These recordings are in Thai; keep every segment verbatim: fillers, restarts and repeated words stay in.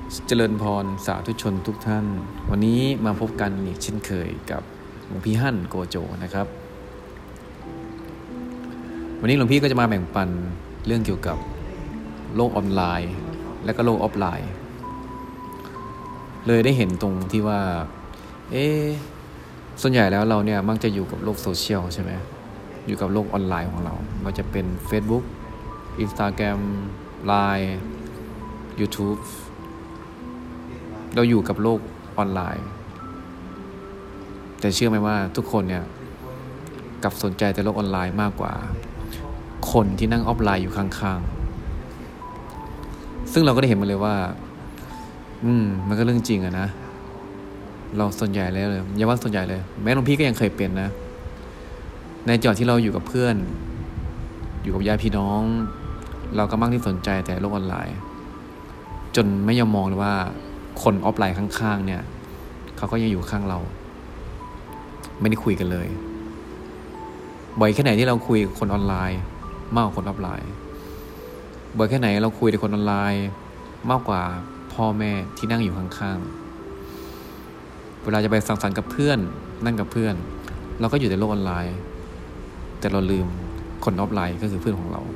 เจริญพรสาธุชนทุกท่านวันนี้มาพบกันอีกเช่นเคยกับหลวงพี่ฮั่นโกโจนะครับวันนี้หลวงพี่ก็จะมาแบ่งปันเรื่องเกี่ยวกับโลกออนไลน์และก็โลกออฟไลน์เลยได้เห็นตรงที่ว่าเอ๊ะส่วนใหญ่แล้วเราเนี่ยมักจะอยู่กับโลกโซเชียลใช่ไหมอยู่กับโลกออนไลน์ของเรามันจะเป็น Facebook Instagram ไลน์ YouTube เราอยู่กับโลกออนไลน์แต่เชื่อไหมว่าทุกคนเนี่ยกลับสนใจแต่โลกออนไลน์มากกว่าคนที่นั่งออฟไลน์อยู่ข้างๆซึ่งเราก็ได้เห็นมาเลยว่าอืมมันก็เรื่องจริงอะนะเราส่วนใหญ่แล้วเลยอย่าว่าส่วนใหญ่เลยแม้หลวงพี่ก็ยังเคยเป็นนะในจอดที่เราอยู่กับเพื่อนอยู่กับญาติพี่น้องเราก็มักที่สนใจแต่โลกออนไลน์จนไม่ยอมมองเลยว่าคนออฟไลน์ข้างๆเนี่ยเขาก็ยังอยู่ข้างเราไม่ได้คุยกันเลยบ่อยแค่ไหนที่เราคุยกับคนออนไลน์มากกว่าคนออฟไลน์บ่อยแค่ไหนเราคุยกับคนออนไลน์มากกว่าพ่อแม่ที่นั่งอยู่ข้างๆเวลาจะไปสังสรรค์กับเพื่อนนั่งกับเพื่อนเราก็อยู่ในโลกออนไลน์แต่เราลืมคนออฟไลน์ก็คือเพื่อนของเรา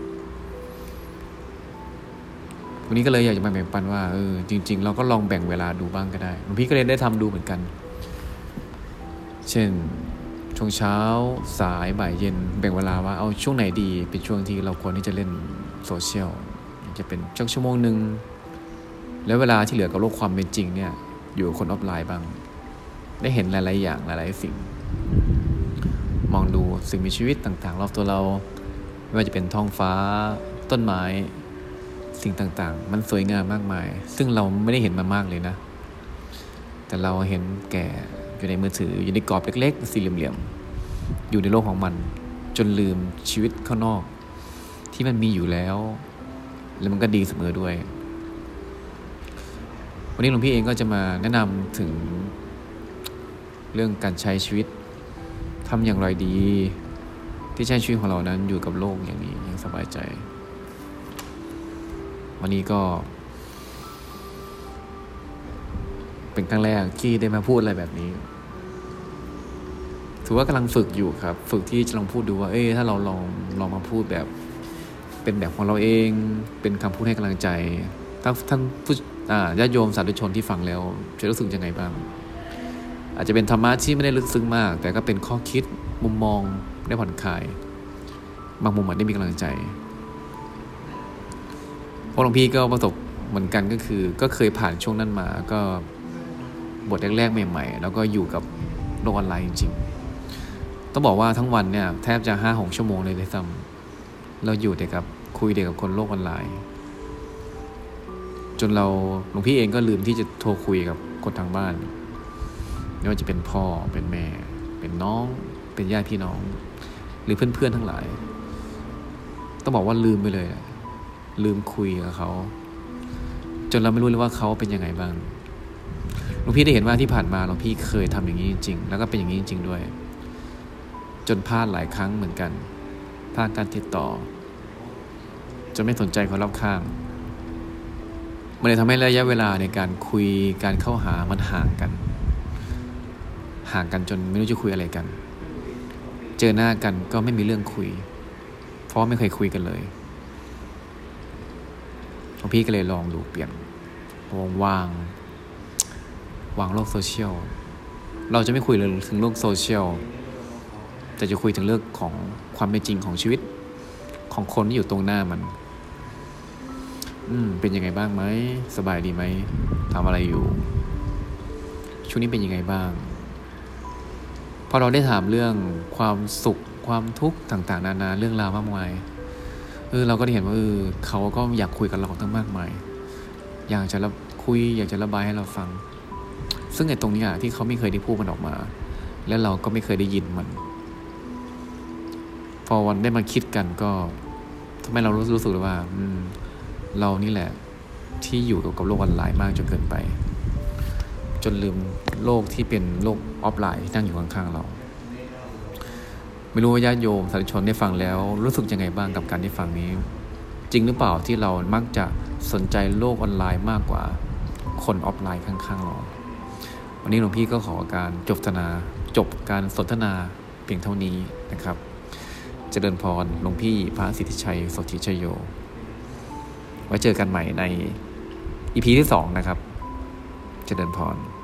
วันนี้ก็เลยอยากจะมาแบ่งปันว่าเออจริงๆเราก็ลองแบ่งเวลาดูบ้างก็ได้บางทีก็เลยได้ทำดูเหมือนกันเช่นช่วงเช้าสายบ่ายเย็นแบ่งเวลาว่าเอาช่วงไหนดีเป็นช่วงที่เราควรที่จะเล่นโซเชียลจะเป็นชั่วชั่วโมงนึงแล้วเวลาที่เหลือกับโลกความเป็นจริงเนี่ยอยู่กับคนออฟไลน์บ้างได้เห็นหลายๆอย่างหลายๆสิ่งมองดูสิ่งมีชีวิตต่างๆรอบตัวเราไม่ว่าจะเป็นท้องฟ้าต้นไม้สิ่งต่างๆมันสวยงามมากมายซึ่งเราไม่ได้เห็นมามากเลยนะแต่เราเห็นแก่อยู่ในมือถืออยู่ในกรอบเล็กๆสี่เหลี่ยมๆอยู่ในโลกของมันจนลืมชีวิตข้างนอกที่มันมีอยู่แล้วแล้วมันก็ดีเสมอด้วยวันนี้หลวงพี่เองก็จะมาแนะนำถึงเรื่องการใช้ชีวิตทำอย่างไรดีที่ใช้ชีวิตของเรานั้นอยู่กับโลกอย่างนี้อย่างสบายใจวันนี้ก็เป็นครั้งแรกที่ได้มาพูดอะไรแบบนี้ถือว่ากำลังฝึกอยู่ครับฝึกที่จะลองพูดดูว่าเอ้ยถ้าเราลองลองมาพูดแบบเป็นแบบของเราเองเป็นคำพูดให้กำลังใจถ้าท่านผู้ญาติโยมสาธุชนที่ฟังแล้วจะรู้สึกยังไงบ้างอาจจะเป็นธรรมะที่ไม่ได้ลึกซึ้งมากแต่ก็เป็นข้อคิดมุมมองได้ผ่อนคลายบางมุมอาจได้มีกำลังใจเพราะหลวงพี่ก็ประสบเหมือนกันก็คือก็เคยผ่านช่วงนั้นมาก็บทแรกๆใหม่ๆแล้วก็อยู่กับโลกออนไลน์จริงๆต้องบอกว่าทั้งวันเนี่ยแทบจะ ห้าหก ชั่วโมงเลยเลยซ้ำเราอยู่แต่กับคุยแต่กับคนโลกออนไลน์จนเราหลวงพี่เองก็ลืมที่จะโทรคุยกับคนทางบ้านไม่ว่าจะเป็นพ่อเป็นแม่เป็นน้องเป็นญาติพี่น้องหรือเพื่อนๆทั้งหลายต้องบอกว่าลืมไปเลยลืมคุยกับเขาจนเราไม่รู้เลยว่าเขาเป็นยังไงบ้างหลวงพี่ได้เห็นว่าที่ผ่านมาหลวงพี่เคยทำอย่างนี้จริงๆแล้วก็เป็นอย่างนี้จริงๆด้วยจนพลาดหลายครั้งเหมือนกันพลาดการติดต่อจนไม่สนใจคนรอบข้างมันเลยทำให้ระยะเวลาในการคุยการเข้าหามันห่างกันห่างกันจนไม่รู้จะคุยอะไรกันเจอหน้ากันก็ไม่มีเรื่องคุยเพราะไม่เคยคุยกันเลยหลวงพี่ก็เลยลองดูเปลี่ยนวางวางวางโลกโซเชียลเราจะไม่คุยเลยถึงโลกโซเชียลแต่จะคุยถึงเรื่องของความเป็นจริงของชีวิตของคนที่อยู่ตรงหน้ามันอืมเป็นยังไงบ้างไหมสบายดีไหมทำอะไรอยู่ช่วงนี้เป็นยังไงบ้างพอเราได้ถามเรื่องความสุขความทุกข์ต่างๆนานาเรื่องราวมากมายเออเราก็ได้เห็นว่าเออเขาก็อยากคุยกับเราตั้งมากมายอยากจะระคุยอยากจะระบายให้เราฟังซึ่งไอ้ตรงนี้อ่ะที่เขาไม่เคยได้พูดมันออกมาแล้วเราก็ไม่เคยได้ยินมันพอวันได้มาคิดกันก็ทำให้เรารู้รู้สึกเลยว่าอืมเรานี่แหละที่อยู่กับโลกออนไลน์มากจนเกินไปจนลืมโลกที่เป็นโลกออฟไลน์ที่นั่งอยู่ข้างๆเราไม่รู้ว่าญาติโยมสาธุชนได้ฟังแล้วรู้สึกยังไงบ้างกับการได้ฟังนี้จริงหรือเปล่าที่เรามักจะสนใจโลกออนไลน์มากกว่าคคนออฟไลน์ข้างๆเราวันนี้หลวงพี่ก็ขอการจบสนาจบการสนทนาเพียงเท่านี้นะครับเจริญพรหลวงพี่พระสิทธิชัยโสธิชโยไว้เจอกันใหม่ใน อี พี ที่สองนะครับเจริญพร